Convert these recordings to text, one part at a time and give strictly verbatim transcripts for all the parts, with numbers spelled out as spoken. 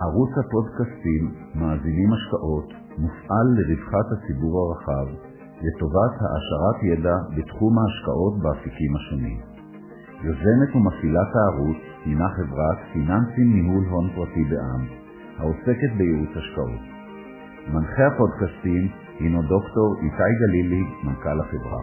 ערוץ הפודקאסטים מאזינים השקעות מופעל לרווחת הציבור הרחב לטובת העשרת ידע בתחום ההשקעות באפיקים השונים. יוזמת ומפעילת הערוץ הינה חברת פיננסים ניהול הון פרטי בע"מ, העוסקת בייעוץ השקעות. מנחה הפודקאסטים הינו דוקטור איתי גלילי, מנכ"ל החברה.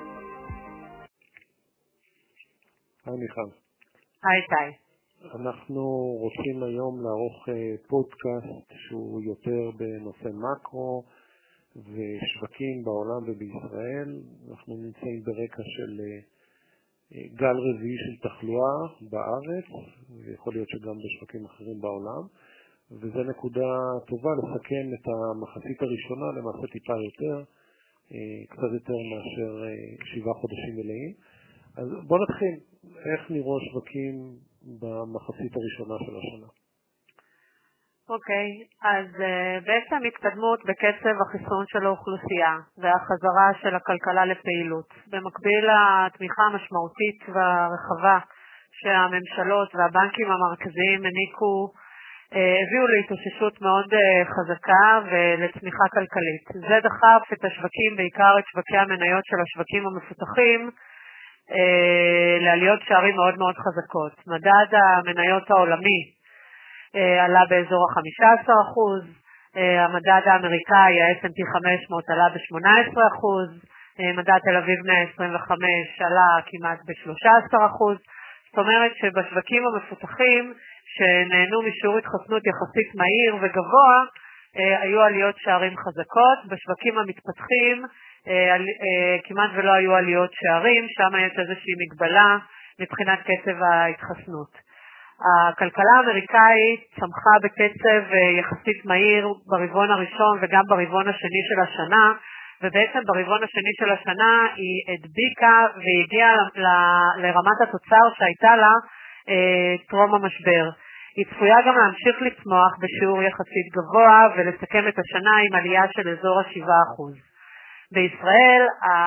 היי מיכל. היי איתי. אנחנו רוצים היום לערוך פודקאסט שהוא יותר בנושא מקרו ושווקים בעולם ובישראל. אנחנו נמצאים ברקע של גל רביעי של תחלואה בארץ, ויכול להיות שגם בשווקים אחרים בעולם, וזו נקודה טובה לסכם את המחצית הראשונה, למעשה טיפה יותר, קצת יותר מאשר שבעה חודשים מלאים. אז בוא נתחיל, איך נראו השווקים במחצית הראשונה של השנה? אוקיי, okay, אז uh, בעצם התקדמות בקצב החיסון של האוכלוסייה והחזרה של הכלכלה לפעילות. במקביל לתמיכה המשמעותית והרחבה שהממשלות והבנקים המרכזיים הניקו, uh, הביאו להתאוששות מאוד uh, חזקה ולצמיחה כלכלית. זה דחף את השווקים, בעיקר את שווקי המניות של השווקים המפותחים, לעליות שערים מאוד מאוד חזקות. מדד המניות העולמי עלה באזור ה-חמישה עשר אחוז, המדד האמריקאי, ה-אס אנד פי חמש מאות, עלה ב-שמונה עשרה אחוז, מדד תל אביב מאה עשרים וחמש עלה כמעט ב-שלושה עשר אחוז. זאת אומרת שבשווקים המפותחים שנהנו משיעור התחסנות יחסית מהיר וגבוה, היו עליות שערים חזקות. בשווקים המתפתחים כמעט ולא היו עליות שערים, שם יש איזושהי מגבלה מבחינת קצב ההתחסנות. הכלכלה האמריקאית צמחה בקצב יחסית מהיר ברבעון הראשון וגם ברבעון השני של השנה, ובעצם ברבעון השני של השנה היא הדביקה והגיעה לרמת התוצר שהייתה לה טרום המשבר. היא צפויה גם להמשיך לצמוח בשיעור יחסית גבוה ולסכם את השנה עם עלייה של אזור ה-שבעה אחוז. בישראל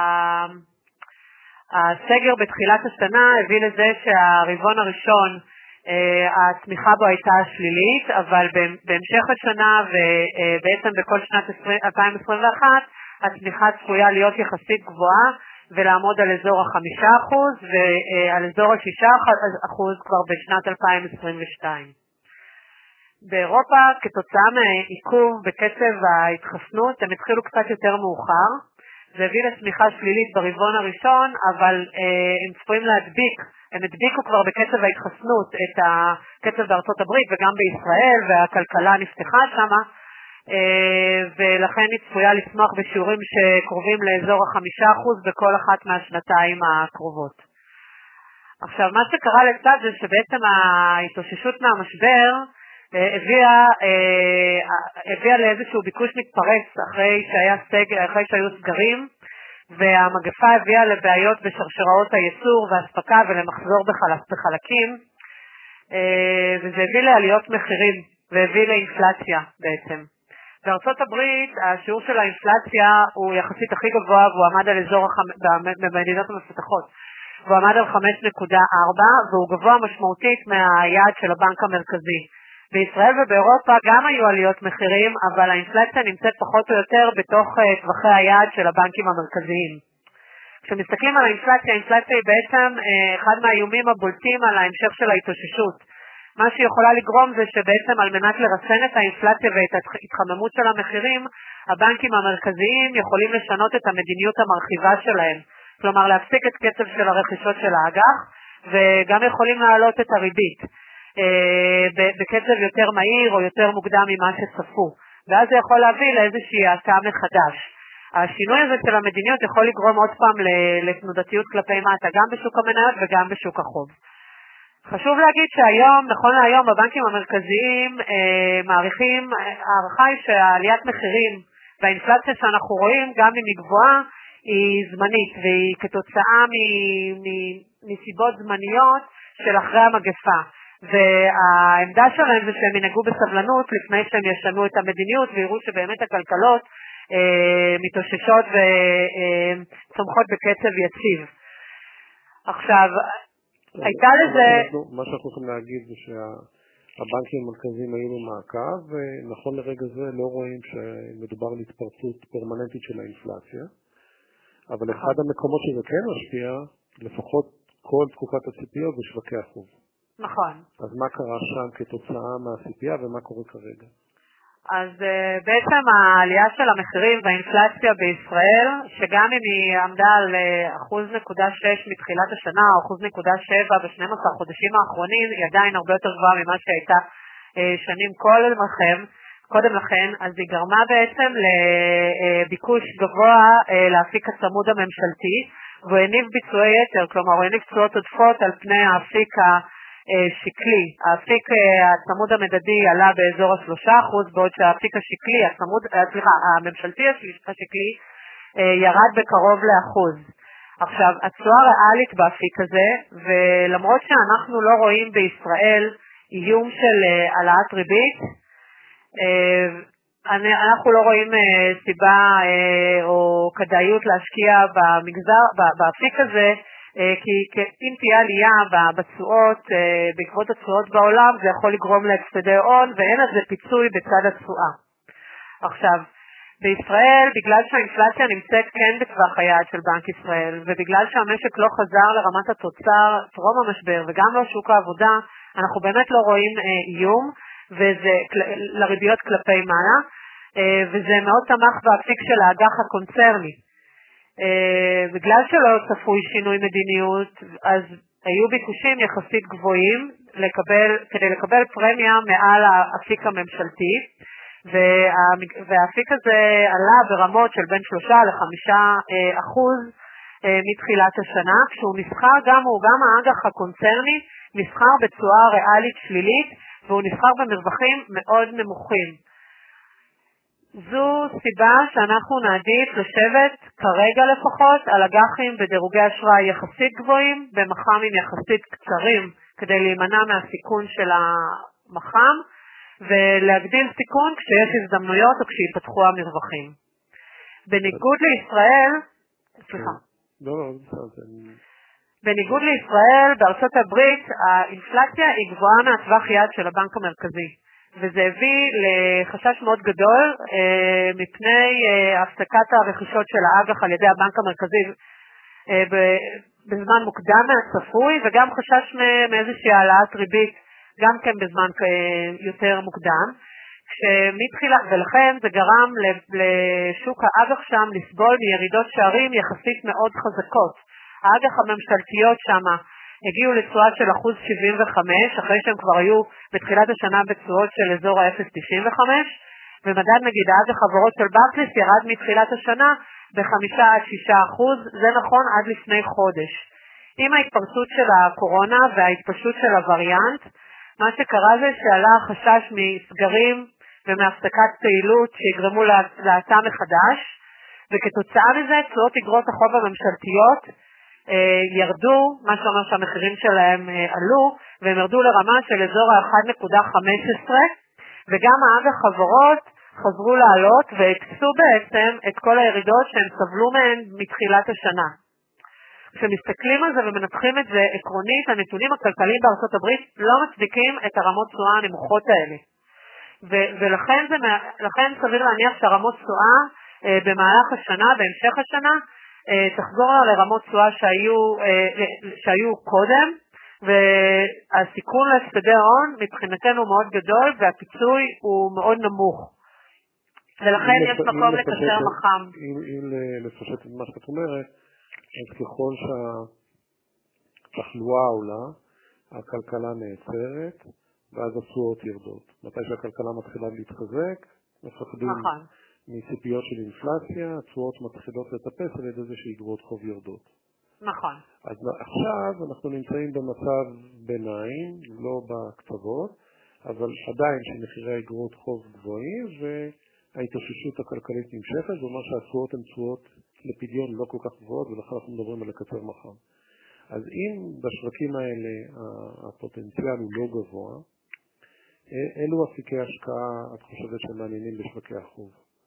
הסגר בתחילת השנה הביא לזה שהרבעון הראשון הצמיחה בו הייתה שלילית, אבל בהמשך השנה ובעצם בכל שנת אלפיים עשרים ואחת הצמיחה צפויה להיות יחסית גבוהה ולעמוד על אזור ה-חמישה אחוז ועל אזור ה-שישה אחוז כבר בשנת אלפיים עשרים ושתיים. באירופה כתוצאה מעיכוב בקצב ההתחסנות הם התחילו קצת יותר מאוחר. זה הביא לצמיחה שלילית ברבעון הראשון, אבל אה, הם צפויים להדביק, הם הדביקו כבר בקצב ההתחסנות את הקצב בארצות הברית וגם בישראל, והכלכלה נפתחה שם, אה, ולכן היא צפויה לצמוח בשיעורים שקרובים לאזור ה-חמישה אחוז בכל אחת מהשנתיים הקרובות. עכשיו, מה שקרה לצד זה שבעצם ההתאוששות מהמשבר, הביאה, הביאה לאיזשהו ביקוש מתפרץ אחרי שהיה סגר, אחרי שהיו סגרים, והמגפה הביאה לבעיות בשרשראות הייצור והספקה ולמחזור בחלקים, וזה הביא לעליות מחירים והביא לאינפלציה בעצם. בארצות הברית השיעור של האינפלציה הוא יחסית הכי גבוה, והוא עמד על אזור במדינות המפותחות, והוא עמד על חמש נקודה ארבע, והוא גבוה משמעותית מהיעד של הבנק המרכזי. בישראל ובאירופה גם היו עליות מחירים, אבל האינפלציה נמצאת פחות או יותר בתוך טווחי היעד של הבנקים המרכזיים. כשמסתכלים על האינפלציה, האינפלציה היא בעצם אחד מהאיומים הבולטים על ההמשך של ההתאוששות. מה שיכולה לגרום זה שבעצם על מנת לרסן את האינפלציה ואת ההתחממות של המחירים, הבנקים המרכזיים יכולים לשנות את המדיניות המרחיבה שלהם. כלומר להפסיק את קצב של הרכישות של האג"ח, וגם יכולים להעלות את הריבית בקצב יותר מהיר או יותר מוקדם ממה שצפו, ואז זה יכול להביא לאיזושהי האטה מחדש. השינוי הזה של המדיניות יכול לגרום עוד פעם לתנודתיות כלפי מטה, גם בשוק המניות וגם בשוק החוב. חשוב להגיד שהיום, נכון להיום, הבנקים המרכזיים אה, מעריכים, הערכה היא שהעליית מחירים והאינפלציה שאנחנו רואים, גם אם היא גבוהה, היא זמנית, והיא כתוצאה מ- מ- מסיבות זמניות של אחרי המגפה. והעמדה שלהם זה שהם ינהגו בסבלנות לפני שהם ישנו את המדיניות ויראו שבאמת הכלכלות אה, מתאוששות וצומחות אה, בקצב יציב. עכשיו, הייתה לזה... מה שאנחנו יכולים להגיד זה הבנקים המרכזיים היו במעקב, ונכון לרגע זה לא רואים שמדובר על התפרצות פרמננטית של האינפלציה, אבל אחד המקומות שזה כן משפיע, לפחות כל תקופת הציפיות ושווקי החוב. נכון. אז מה קרה שם כתוצאה מהציפייה ומה קורה כרגע? אז uh, בעצם העלייה של המחירים והאינפלציה בישראל, שגם אם היא עמדה על אחוז נקודה שש מתחילת השנה או אחוז נקודה שבע ב-שנים עשר החודשים האחרונים, היא עדיין הרבה יותר גבוהה ממה שהייתה uh, שנים קודם לכן, קודם לכן, אז היא גרמה בעצם לביקוש גבוה uh, להפיק הצמוד הממשלתי, והוא הניב ביצועי יתר, כלומר הוא הניב תשואות עודפות על פני האפיק ה... שקלי. האפיק הצמוד המדדי עלה באזור ה-שלושה אחוז, בעוד שהאפיק השקלי, הצמוד, סליחה, הממשלתי השקלי ירד בקרוב לאחוז. עכשיו, התשואה ריאלית באפיק הזה, ולמרות שאנחנו לא רואים בישראל איום של העלאת ריבית, אנחנו לא רואים סיבה או כדאיות להשקיע במגזר, באפיק הזה, כי אם תהיה עלייה בתשואות, בעקבות התשואות בעולם, זה יכול לגרום להפסדי הון, ואין על זה פיצוי בצד התשואה. עכשיו, בישראל, בגלל שהאינפלציה נמצאת כן בטווח היעד של בנק ישראל, ובגלל שהמשק לא חזר לרמת התוצר טרום המשבר, וגם לא שוק העבודה, אנחנו באמת לא רואים איום, וזה לריביות כלפי מעלה, וזה מאוד תמך באפיק של האג"ח הקונצרני. Uh, בגלל שלא צפוי שינוי מדיניות, אז היו ביקושים יחסית גבוהים לקבל, כדי לקבל פרמיה מעל האפיק הממשלתי, וה, והאפיק הזה עלה ברמות של בין שלושה לחמישה אחוז uh, מתחילת השנה, כשהוא נסחר גם, הוא גם האג"ח הקונצרני, נסחר בצורה ריאלית שלילית, והוא נסחר במרווחים מאוד נמוכים. זו סיבה שאנחנו נעדיף לשבת כרגע לפחות על אג"חים בדירוגי אשראי יחסית גבוהים, במח"מים יחסית קצרים, כדי להימנע מהסיכון של המח"ם, ולהגדיל סיכון כשיש הזדמנויות או כשיפתחו המרווחים. בניגוד לישראל, סליחה. לא, לא, בסדר. בניגוד לישראל, בארצות הברית, האינפלציה היא גבוהה מהטווח יעד של הבנק המרכזי. וזה הביא לחשש מאוד גדול אה, מפני אה, הפסקת הרכישות של האג"ח על ידי הבנק המרכזי אה, בזמן מוקדם מהצפוי, וגם חשש מאיזושהי העלאת ריבית גם כן בזמן אה, יותר מוקדם, כשמתחילה, ולכן זה גרם לשוק האג"ח שם לסבול מירידות שערים יחסית מאוד חזקות. האג"ח הממשלתיות שם הגיעו לתשואה של אחוז שבעים וחמש, אחרי שהם כבר היו בתחילת השנה בתשואות של אזור ה-אפס נקודה תשעים וחמש, ומדד נגיד האג"ח החברות של ברקליס ירד מתחילת השנה ב-חמישה עד שישה אחוז, זה נכון עד לפני חודש. עם ההתפרצות של הקורונה וההתפשטות של הווריאנט, מה שקרה זה שעלה חשש מסגרים ומהפסקת פעילות שיגרמו להאטה מחדש, וכתוצאה מזה תשואות אגרות החוב הממשלתיות ירדו, מה שאומר שהמחירים שלהם עלו, והם ירדו לרמה של אזור ה-אחת נקודה חמש עשרה, וגם האג"ח חברות חזרו לעלות והקצו בעצם את כל הירידות שהם סבלו מהן מתחילת השנה. כשמסתכלים על זה ומנתחים את זה עקרונית, הנתונים הכלכליים בארצות הברית לא מצדיקים את הרמות תשואה הנמוכות האלה. ו- ולכן זה, לכן סביר להניח שהרמות תשואה אה, במהלך השנה, בהמשך השנה, אה, תחזור לרמות תשואה שהיו, אה, שהיו קודם, והסיכון להפסדי ההון מבחינתנו מאוד גדול, והפיצוי הוא מאוד נמוך. ולכן יש מקום לקשר מח"ם. אם, אם לפשט את מה שאת אומרת, אז ככל שהתחלואה עולה, הכלכלה נעצרת, ואז התשואות ירדות. מתי שהכלכלה מתחילה להתחזק, מפחדים נכון. מציפיות של אינפלציה, התשואות מתחילות לטפס על ידי זה שאגרות חוב יורדות. נכון. אז עכשיו אנחנו נמצאים במצב ביניים, לא בקצוות, אבל עדיין שמחירי אגרות חוב גבוהים, וההתאוששות הכלכלית נמשכת, זאת אומרת שהתשואות הן תשואות לפדיון לא כל כך גבוהות, ולכן אנחנו מדברים על לקצר מחר. אז אם בשווקים האלה הפוטנציאל הוא לא גבוה, אילו אפיקי השקעה את חושבת שמעניינים בשווקי החוב?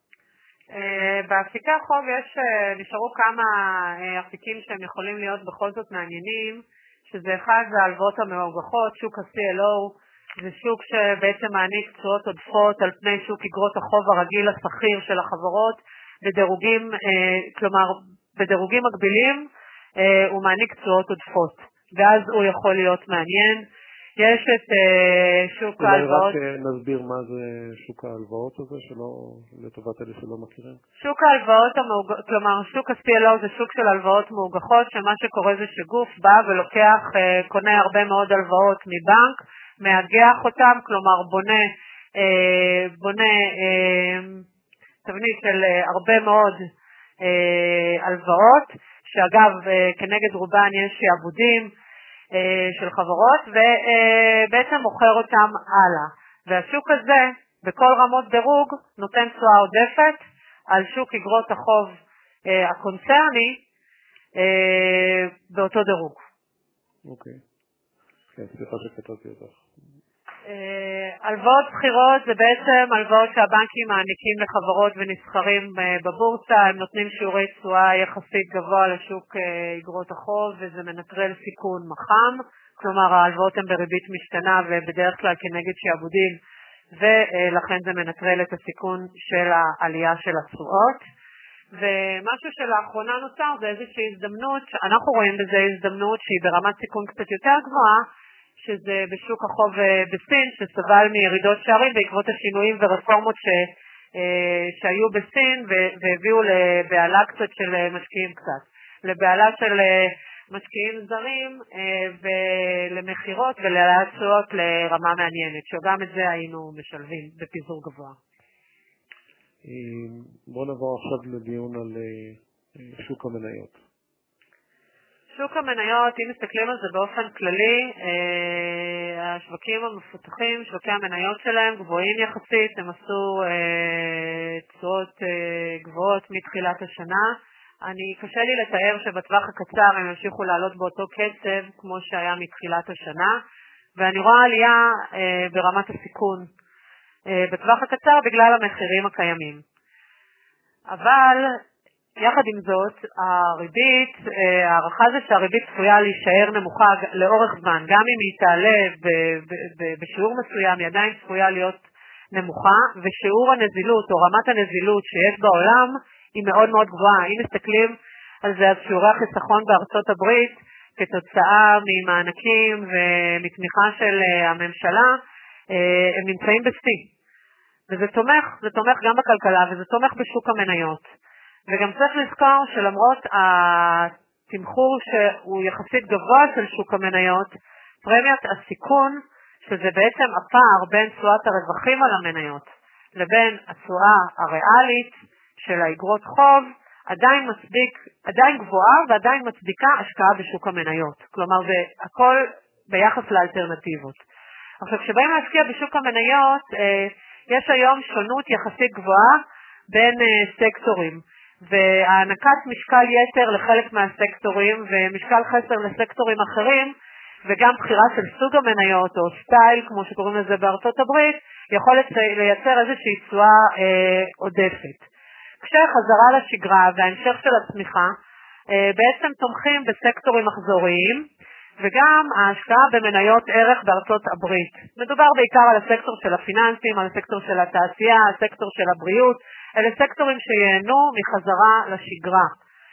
באפיקי החוב יש, נשארו כמה אפיקים שהם יכולים להיות בכל זאת מעניינים, שזה אחד זה ההלוואות המאובטחות, שוק ה-סי אל או, זה שוק שבעצם מעניק תשואות עודפות על פני שוק אגרות החוב הרגיל הסחיר של החברות, בדירוגים, כלומר בדירוגים מקבילים הוא מעניק תשואות עודפות, ואז הוא יכול להיות מעניין. יש את uh, שוק ההלוואות. אולי רק נסביר מה זה שוק ההלוואות הזה, שלא, לטובת אלה שלא מכירים. שוק ההלוואות, המאוג... כלומר שוק ה-סי אל או זה שוק של הלוואות מאוגחות, שמה שקורה זה שגוף בא ולוקח, uh, קונה הרבה מאוד הלוואות מבנק, מאגח אותם, כלומר בונה, uh, בונה uh, תבנית של uh, הרבה מאוד uh, הלוואות, שאגב uh, כנגד רובן יש שעבודים, של חברות, ובעצם מוכר אותם הלאה. והשוק הזה, בכל רמות דירוג, נותן תשואה עודפת על שוק אגרות החוב הקונצרני באותו דירוג. אוקיי. כן, סליחה שכתבתי אותך. הלוואות סחירות זה בעצם הלוואות שהבנקים מעניקים לחברות ונסחרים בבורסה, הם נותנים שיעורי תשואה יחסית גבוה לשוק אגרות החוב, וזה מנטרל סיכון מחם, כלומר ההלוואות הן בריבית משתנה ובדרך כלל כנגד שעבודים, ולכן זה מנטרל את הסיכון של העלייה של התשואות. ומשהו שלאחרונה נוצר זה איזושהי הזדמנות, אנחנו רואים בזה הזדמנות שהיא ברמת סיכון קצת יותר גבוהה, שזה בשוק החוב בסין, שסבל מירידות שערים בעקבות השינויים ורפורמות ש, שהיו בסין והביאו לבעלה קצת של משקיעים קצת, לבעלה של משקיעים זרים ולמחירות ולהצעות לרמה מעניינת, שגם את זה היינו משלבים בפיזור גבוה. בואו נעבור עכשיו לדיון על שוק המניות. שוק המניות, אם מסתכלים על זה באופן כללי, השווקים המפותחים, שווקי המניות שלהם גבוהים יחסית, הם עשו תשואות גבוהות מתחילת השנה. אני קשה לי לתאר שבטווח הקצר הם ימשיכו לעלות באותו קצב כמו שהיה מתחילת השנה, ואני רואה עלייה ברמת הסיכון בטווח הקצר בגלל המחירים הקיימים. אבל יחד עם זאת, הריבית, הערכה זה שהריבית צפויה להישאר נמוכה לאורך זמן, גם אם היא תעלה בשיעור מסוים, היא עדיין צפויה להיות נמוכה, ושיעור הנזילות או רמת הנזילות שיש בעולם היא מאוד מאוד גבוהה. אם מסתכלים על זה, אז שיעורי החיסכון בארצות הברית, כתוצאה ממענקים ומתמיכה של הממשלה, הם נמצאים בשיא. וזה תומך, זה תומך גם בכלכלה וזה תומך בשוק המניות. וגם צריך לזכור שלמרות התמחור שהוא יחסית גבוה של שוק המניות, פרמיית הסיכון, שזה בעצם הפער בין תשואת הרווחים על המניות לבין התשואה הריאלית של האגרות חוב, עדיין מצדיק, עדיין גבוהה ועדיין מצדיקה השקעה בשוק המניות. כלומר זה הכל ביחס לאלטרנטיבות. עכשיו כשבאים להשקיע בשוק המניות, יש היום שונות יחסית גבוהה בין סקטורים. והענקת משקל יתר לחלק מהסקטורים ומשקל חסר לסקטורים אחרים, וגם בחירה של סוג המניות או סטייל כמו שקוראים לזה בארצות הברית, יכול לייצר איזושהי תשואה אה, עודפת. כשחזרה לשגרה וההמשך של הצמיחה אה, בעצם תומכים בסקטורים מחזוריים, וגם ההשקעה במניות ערך בארצות הברית. מדובר בעיקר על הסקטור של הפיננסים, על הסקטור של התעשייה, הסקטור של הבריאות, אלה סקטורים שיהנו מחזרה לשגרה.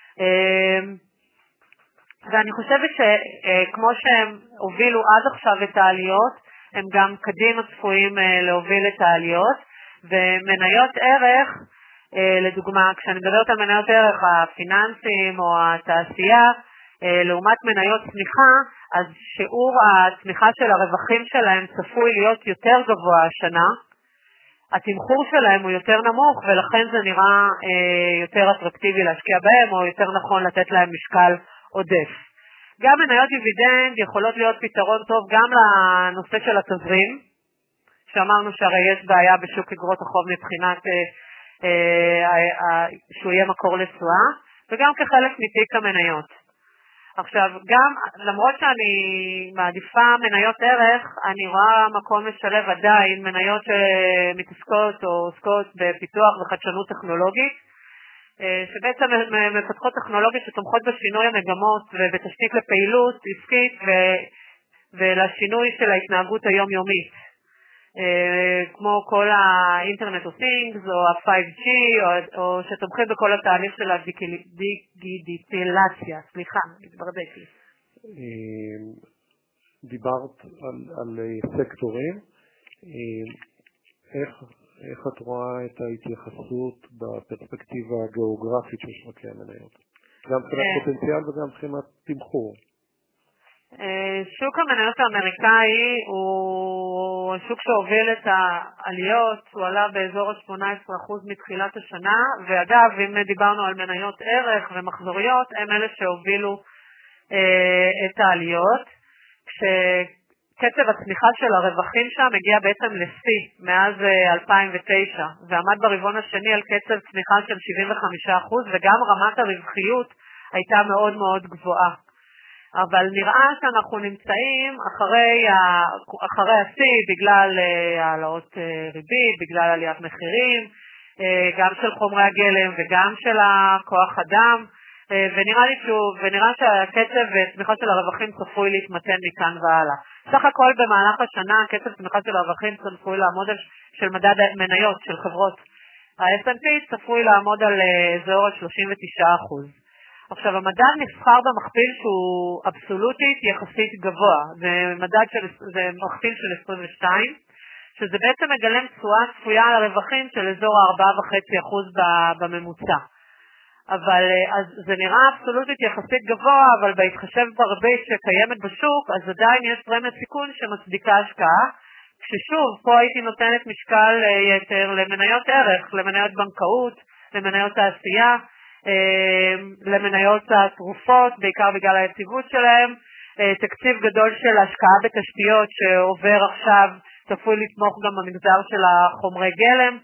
ואני חושבת שכמו שהם הובילו עד עכשיו את העליות, הם גם קדימה צפויים להוביל את העליות, ומניות ערך, לדוגמה, כשאני מדברת על מניות ערך, הפיננסים או התעשייה, לעומת מניות צמיחה, אז שיעור הצמיחה של הרווחים שלהם צפוי להיות יותר גבוה השנה, התמחור שלהם הוא יותר נמוך, ולכן זה נראה אה, יותר אטרקטיבי להשקיע בהם, או יותר נכון לתת להם משקל עודף. גם מניות דיבידנד יכולות להיות פתרון טוב גם לנושא של התזרים, שאמרנו שהרי יש בעיה בשוק אגרות החוב מבחינת אה, אה, אה, שהוא יהיה מקור לתשואה, וגם כחלק מתיק המניות. עכשיו, גם למרות שאני מעדיפה מניות ערך, אני רואה מקום לשלב עדיין מניות שמתעסקות או עוסקות בפיתוח וחדשנות טכנולוגית, שבעצם מפתחות טכנולוגיות שתומכות בשינוי המגמות ובתשתית לפעילות עסקית ולשינוי של ההתנהגות היומיומית כמו כל ה-Internet of Things או ה-פייב ג'י, או, או שתומכים בכל התהליך של הדיגיטלציה. סליחה, התברדק לי. דיברת על, על סקטורים. איך, איך את רואה את ההתייחסות בפרספקטיבה הגיאוגרפית של שווקי המניות? גם מבחינת פוטנציאל וגם מבחינת תמחור. שוק המניות האמריקאי הוא שוק שהוביל את העליות, הוא עלה באזור ה-שמונה עשרה אחוז מתחילת השנה, ואגב, אם דיברנו על מניות ערך ומחזוריות, הם אלה שהובילו אה, את העליות, כשקצב הצמיחה של הרווחים שם הגיע בעצם לשיא מאז אה, אלפיים ותשע, ועמד ברבעון השני על קצב צמיחה של שבעים וחמישה אחוז, וגם רמת הרווחיות הייתה מאוד מאוד גבוהה. אבל נראה שאנחנו נמצאים אחרי, ה... אחרי השיא בגלל העלאות ריבית, בגלל עליית מחירים, גם של חומרי הגלם וגם של הכוח אדם, ונראה לי שהוא, ונראה שהקצב צמיחה של הרווחים צפוי להתמתן מכאן והלאה. סך הכל במהלך השנה הקצב צמיחה של הרווחים צפוי לעמוד על של מדד מניות של חברות. ה-אס אנד פי צפוי לעמוד על אזור שלושים ותשעה אחוז. עכשיו, המדד נסחר במכפיל שהוא אבסולוטית יחסית גבוה. זה מדד של, זה מכפיל של עשרים ושתיים, שזה בעצם מגלם תשואה צפויה על הרווחים של אזור ארבע נקודה חמש אחוז בממוצע. אבל אז זה נראה אבסולוטית יחסית גבוה, אבל בהתחשב בריבית שקיימת בשוק, אז עדיין יש פרמיית סיכון שמצדיקה השקעה, כששוב, פה הייתי נותנת משקל יתר למניות ערך, למניות בנקאות, למניות תעשייה, למניות התרופות, בעיקר בגלל היציבות שלהם, תקציב גדול של השקעה בתשתיות שעובר עכשיו, צפוי לתמוך גם במגזר של החומרי גלם,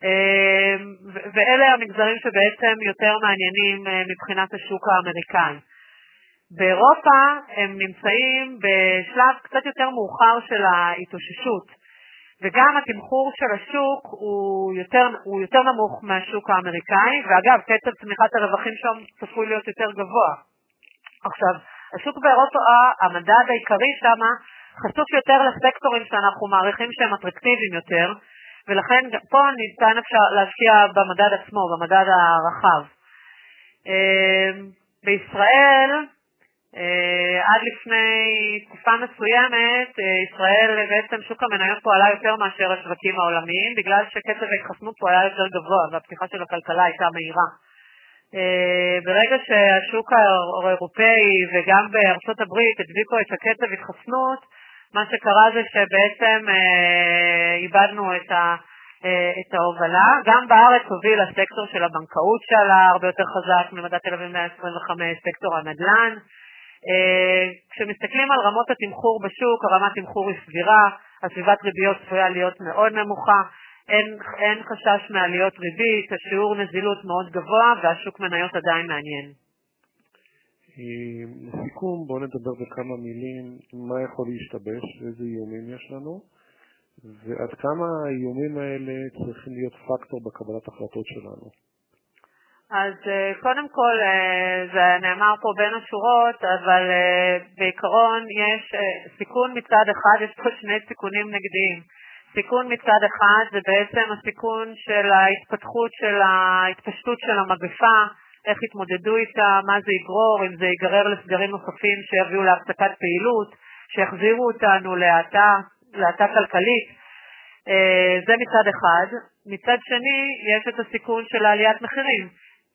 ואלה המגזרים שבעצם יותר מעניינים מבחינת השוק האמריקאי. באירופה הם נמצאים בשלב קצת יותר מאוחר של ההתאוששות, וגם התמחור של השוק הוא יותר, הוא יותר נמוך מהשוק האמריקאי, ואגב, קצב צמיחת הרווחים שם צפוי להיות יותר גבוה. עכשיו, השוק באירופה, המדד העיקרי שם, חשוף יותר לסקטורים שאנחנו מעריכים שהם אטרקטיביים יותר, ולכן פה ניתן אפשר להשקיע במדד עצמו, במדד הרחב. בישראל, עד לפני תקופה מסוימת, ישראל בעצם שוק המניות פה עלה יותר מאשר השווקים העולמיים, בגלל שקצב ההתחסנות פה היה יותר גבוה, והפתיחה של הכלכלה הייתה מהירה. ברגע שהשוק האירופאי וגם בארצות הברית הדביקו את הקצב התחסנות, מה שקרה זה שבעצם איבדנו את ה... את ההובלה. גם בארץ הוביל הסקטור של הבנקאות שעלה הרבה יותר חזק ממדד תל אביב מאה עשרים וחמש, סקטור הנדל"ן. כשמסתכלים על רמות התמחור בשוק, הרמת תמחור היא סבירה, הסביבת ריביות צפויה להיות מאוד נמוכה, אין, אין חשש מעליות ריבית, השיעור נזילות מאוד גבוה והשוק מניות עדיין מעניין. לסיכום, בואו נדבר בכמה מילים מה יכול להשתבש, איזה איומים יש לנו, ועד כמה האיומים האלה צריכים להיות פקטור בקבלת החלטות שלנו. אז קודם כל, זה נאמר פה בין השורות, אבל בעיקרון יש סיכון מצד אחד, יש פה שני סיכונים נגדיים. סיכון מצד אחד זה בעצם הסיכון של ההתפתחות של ההתפשטות של המגפה, איך התמודדו איתה, מה זה יגרור, אם זה ייגרר לסגרים נוספים שיביאו להפסקת פעילות, שיחזירו אותנו להאטה, להאטה כלכלית. זה מצד אחד. מצד שני, יש את הסיכון של עליית מחירים,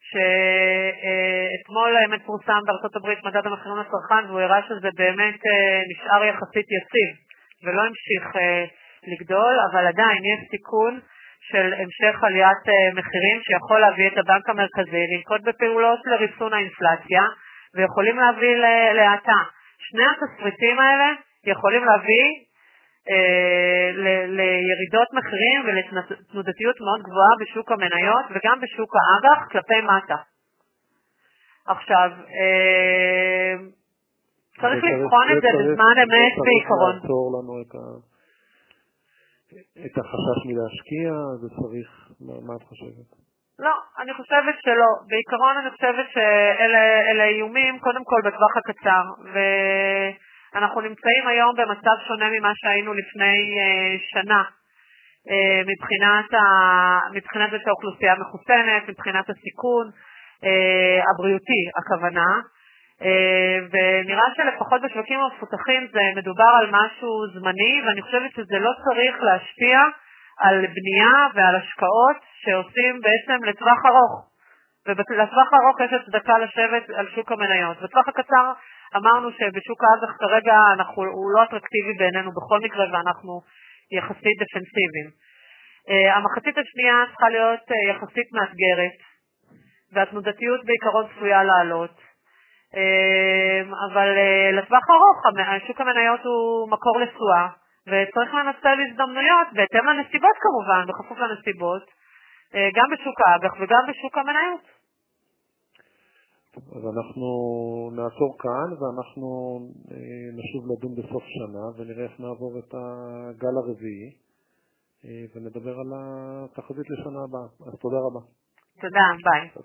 שאתמול מתפורסם בארצות הברית מדד המחירים לצרכן, והוא הראה שזה באמת נשאר יחסית יציב, ולא המשיך לגדול, אבל עדיין יש סיכון של המשך עליית מחירים שיכול להביא את הבנק המרכזי לנקוט בפעולות לריסון האינפלציה, ויכולים להביא להאטה. שני התסריטים האלה יכולים להביא אה, ל- לירידות מחירים ולתנודתיות מאוד גבוהה בשוק המניות וגם בשוק האג"ח כלפי מטה. עכשיו, אה, צריך לבחון את זה בזמן אמת בעיקרון. צריך לעצור לנו את ה... את החשש מלהשקיע, זה צריך, מה, מה את חושבת? לא, אני חושבת שלא. בעיקרון אני חושבת שאלה איומים, קודם כל בטווח הקצר, ואנחנו נמצאים היום במצב שונה ממה שהיינו לפני שנה, מבחינת, ה... מבחינת זה שהאוכלוסייה מחוסנת, מבחינת הסיכון הבריאותי הכוונה, ונראה שלפחות בשווקים המפותחים זה מדובר על משהו זמני, ואני חושבת שזה לא צריך להשפיע על בנייה ועל השקעות שעושים בעצם לטווח ארוך. ולטווח הארוך יש הצדקה לשבת על שוק המניות. בטווח הקצר אמרנו שבשוק האג"ח כרגע אנחנו, הוא לא אטרקטיבי בעינינו בכל מקרה, ואנחנו יחסית דפנסיביים. המחצית השנייה צריכה להיות יחסית מאתגרת, והתנודתיות בעיקרון צפויה לעלות. אבל לטווח הארוך שוק המניות הוא מקור לתשואה, וצריך לנצל הזדמנויות בהתאם לנסיבות כמובן, בכפוף לנסיבות, גם בשוק האג"ח וגם בשוק המניות. אז אנחנו נעצור כאן ואנחנו נשוב לדון בסוף שנה ונראה איך נעבור את הגל הרביעי ונדבר על התחזית לשנה הבאה. אז תודה רבה. תודה, ביי.